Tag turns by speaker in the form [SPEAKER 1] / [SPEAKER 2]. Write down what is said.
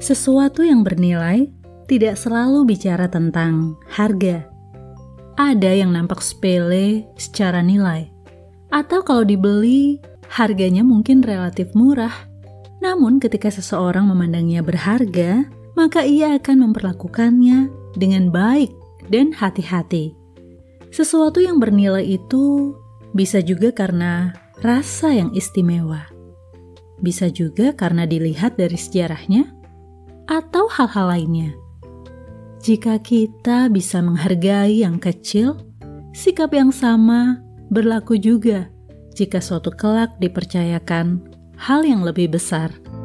[SPEAKER 1] Sesuatu yang bernilai tidak selalu bicara tentang harga. Ada yang nampak sepele secara nilai, atau kalau dibeli, harganya mungkin relatif murah. Namun ketika seseorang memandangnya berharga, maka ia akan memperlakukannya dengan baik dan hati-hati. Sesuatu yang bernilai itu bisa juga karena rasa yang istimewa. Bisa juga karena dilihat dari sejarahnya, atau hal-hal lainnya. Jika kita bisa menghargai yang kecil, sikap yang sama berlaku juga jika suatu kelak dipercayakan hal yang lebih besar.